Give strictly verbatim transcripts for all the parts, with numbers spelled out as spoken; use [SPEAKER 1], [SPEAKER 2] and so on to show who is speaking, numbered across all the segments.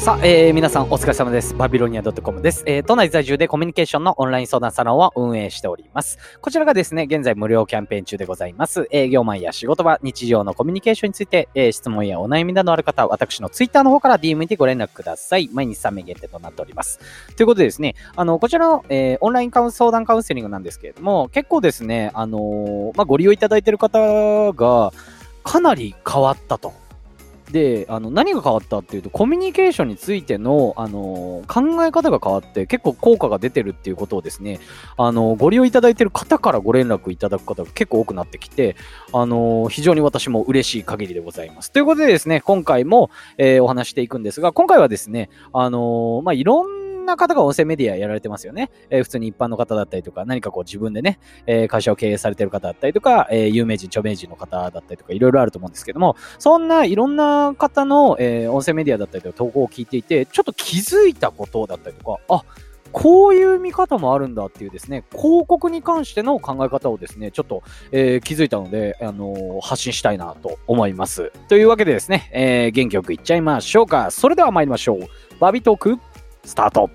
[SPEAKER 1] さあ、えー、皆さんお疲れ様です。バビロニア .com です、えー。都内在住でコミュニケーションのオンライン相談サロンを運営しております。こちらがですね、現在無料キャンペーン中でございます。営業マンや仕事場、日常のコミュニケーションについて、えー、質問やお悩みなどある方は、私のツイッターの方から ディーエム にてご連絡ください。毎日さんめい限定となっております。ということでですね、あの、こちらの、えー、オンラインカウン相談カウンセリングなんですけれども、結構ですね、あのー、まあ、ご利用いただいている方が、かなり変わったと。で、あの、何が変わったっていうと、コミュニケーションについての、あのー、考え方が変わって、結構効果が出てるっていうことをですね、あのー、ご利用いただいている方からご連絡いただく方が結構多くなってきて、あのー、非常に私も嬉しい限りでございます。ということでですね、今回も、えー、お話していくんですが、今回はですね、あのまあ、いろんなな方が音声メディアやられてますよね。えー、普通に一般の方だったりとか、何かこう自分でね、えー、会社を経営されている方だったりとか、えー、有名人、著名人の方だったりとか、いろいろあると思うんですけども、そんないろんな方の、えー、音声メディアだったりとか投稿を聞いていて、ちょっと気づいたことだったりとか、あ、こういう見方もあるんだっていうですね、広告に関しての考え方をですね、ちょっと、えー、気づいたので、あのー、発信したいなと思います。というわけでですね、えー、元気よくいっちゃいましょうか。それでは参りましょう。バビトーク、スタート。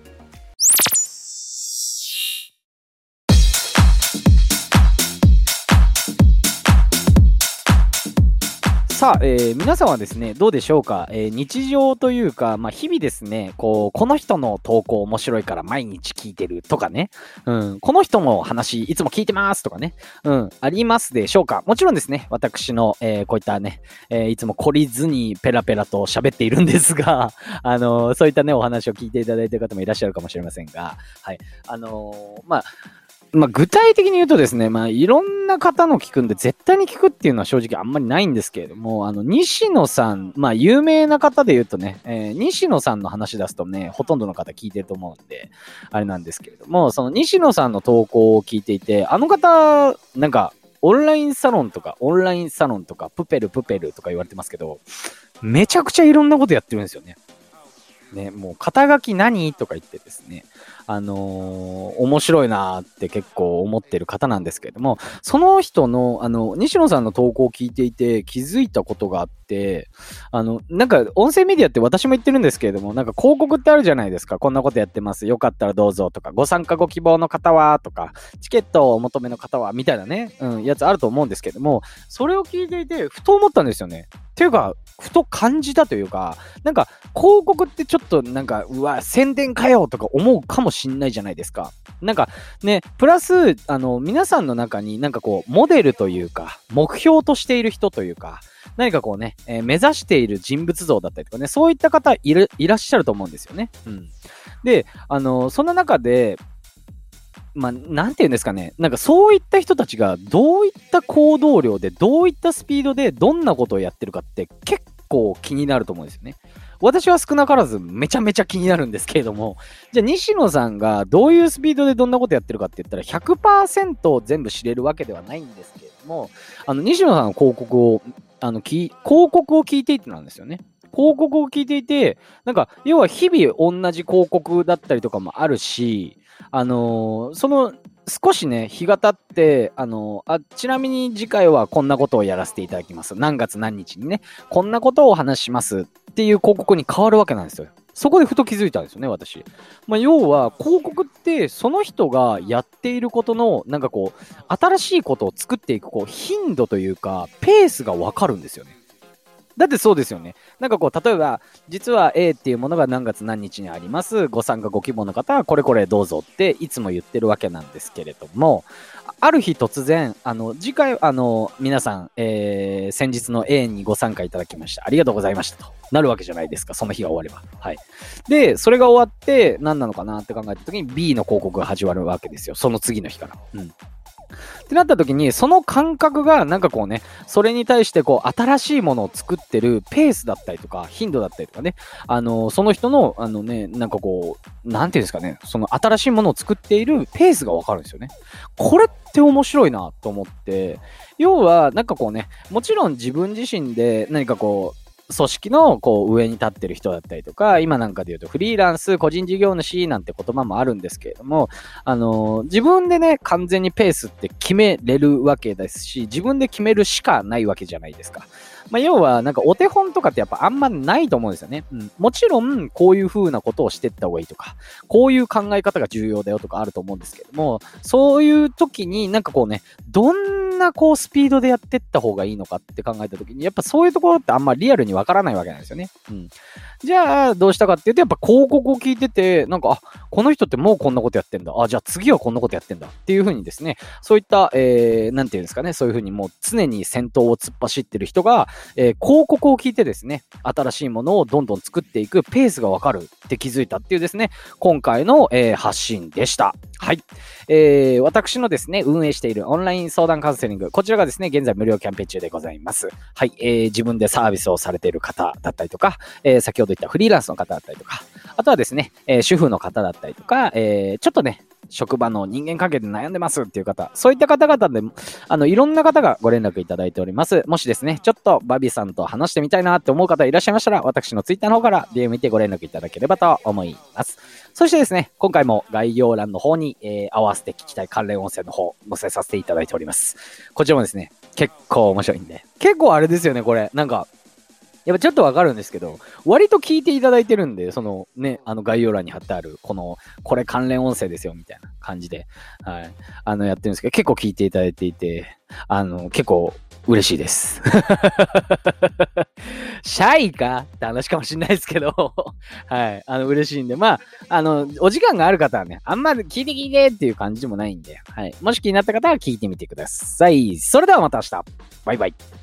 [SPEAKER 1] さあ、えー、皆さんはですね、どうでしょうか、えー、日常というか、まあ、日々ですね、こう、この人の投稿面白いから毎日聞いてるとかね、うん、この人の話いつも聞いてますとかね、うん、ありますでしょうか。もちろんですね、私の、えー、こういったね、えー、いつも懲りずにペラペラと喋っているんですが、あのー、そういったね、お話を聞いていただいている方もいらっしゃるかもしれませんが、はい、あのー、まあ、まあ、具体的に言うとですね、まあ、いろんな方の聞くんで、絶対に聞くっていうのは正直あんまりないんですけれども、あの、西野さん、まあ、有名な方で言うとね、えー、西野さんの話出すとね、ほとんどの方聞いてると思うんで、あれなんですけれども、その西野さんの投稿を聞いていて、あの方、なんか、オンラインサロンとか、オンラインサロンとか、プペルプペルとか言われてますけど、めちゃくちゃいろんなことやってるんですよね。ね、もう肩書き何とか言ってですね、あのー、面白いなーって結構思ってる方なんですけれども、その人の、あの、西野さんの投稿を聞いていて気づいたことがあって、あの、なんか音声メディアって私も言ってるんですけれども、なんか広告ってあるじゃないですか。こんなことやってます。よかったらどうぞとか、ご参加ご希望の方はとか、チケットをお求めの方はみたいなね、うん、やつあると思うんですけども、それを聞いていて、ふと思ったんですよね。っていうか、ふと感じたというか、なんか広告ってちょっとなんか、うわ、宣伝かよとか思うかもしんないじゃないですか。なんかね、プラス、あの、皆さんの中になんかこう、モデルというか、目標としている人というか、何かこうね、えー、目指している人物像だったりとかね、そういった方いる、いらっしゃると思うんですよね。うん。で、あの、そんな中で、まあ、なんて言うんですかね。なんかそういった人たちがどういった行動量で、どういったスピードでどんなことをやってるかって結構気になると思うんですよね。私は少なからずめちゃめちゃ気になるんですけれども、じゃあ西野さんがどういうスピードでどんなことやってるかって言ったらひゃくパーセント全部知れるわけではないんですけれども、あの西野さんの広告を、あの、き広告を聞いていてなんですよね。広告を聞いていて、なんか、要は日々同じ広告だったりとかもあるし、あのー、その、少しね、日が経って、あのー、あ、ちなみに次回はこんなことをやらせていただきます。何月何日にね、こんなことをお話ししますっていう広告に変わるわけなんですよ。そこでふと気づいたんですよね、私。まあ、要は、広告って、その人がやっていることの、なんかこう、新しいことを作っていく、こう、頻度というか、ペースがわかるんですよね。だってそうですよね。なんかこう、例えば、実は A っていうものが何月何日にあります。ご参加ご希望の方はこれこれどうぞっていつも言ってるわけなんですけれども、ある日突然、あの、次回、あの、皆さん、えー、先日の A にご参加いただきました。ありがとうございましたとなるわけじゃないですか。その日が終われば。はい。で、それが終わって何なのかなって考えた時に B の広告が始まるわけですよ。その次の日から。うん。ってなった時に、その感覚がなんかこうね、それに対してこう新しいものを作ってるペースだったりとか、頻度だったりとかね、あのー、その人の、あのね、なんかこう、なんていうんですかね、その新しいものを作っているペースがわかるんですよね。これって面白いなと思って、要はなんかこうね、もちろん自分自身で何かこう、 組織のこう上に立ってる人だったりとか、今なんかで言うとフリーランス、個人事業主なんて言葉もあるんですけれども、あのー、自分でね、完全にペースって決めれるわけですし、自分で決めるしかないわけじゃないですか。まあ、要は、なんかお手本とかってやっぱあんまないと思うんですよね。うん。もちろん、こういう風なことをしていった方がいいとか、こういう考え方が重要だよとかあると思うんですけども、そういう時になんかこうね、どんなこうスピードでやっていった方がいいのかって考えた時に、やっぱそういうところってあんまリアルにわからないわけなんですよね。うん。じゃあ、どうしたかっていうと、やっぱ広告を聞いてて、なんか、あ、この人ってもうこんなことやってんだ。あ、じゃあ次はこんなことやってんだ。っていう風にですね、そういった、えー、なんていうんですかね、そういう風にもう常に先頭を突っ走ってる人が、えー、広告を聞いてですね、新しいものをどんどん作っていくペースがわかるって気づいたっていうですね、今回の、えー、発信でした。はい。えー、私のですね、運営しているオンライン相談カウンセリング、こちらがですね、現在無料キャンペーン中でございます。はい。えー、自分でサービスをされている方だったりとか、えー、先ほど言ったフリーランスの方だったりとか、あとはですね、えー、主婦の方だったりとか、えー、ちょっとね、職場の人間関係で悩んでますっていう方、そういった方々でも、あの、いろんな方がご連絡いただいております。もしですね、ちょっとバビさんと話してみたいなって思う方いらっしゃいましたら、私のツイッターの方から ディーエム 見てご連絡いただければと思います。そしてですね、今回も概要欄の方に、えー、合わせて聞きたい関連音声の方、載せさせていただいております。こちらもですね、結構面白いんで。結構あれですよね、これ。なんか、やっぱちょっとわかるんですけど、割と聞いていただいてるんで、そのね、あの概要欄に貼ってある、この、これ関連音声ですよ、みたいな感じで、はい。あの、やってるんですけど、結構聞いていただいていて、あの、結構嬉しいです。シャイかって話かもしれないですけど、はい。あの、嬉しいんで、まあ、あの、お時間がある方はね、あんまり聞いて聞いてっていう感じでもないんで、はい。もし気になった方は聞いてみてください。それではまた明日。バイバイ。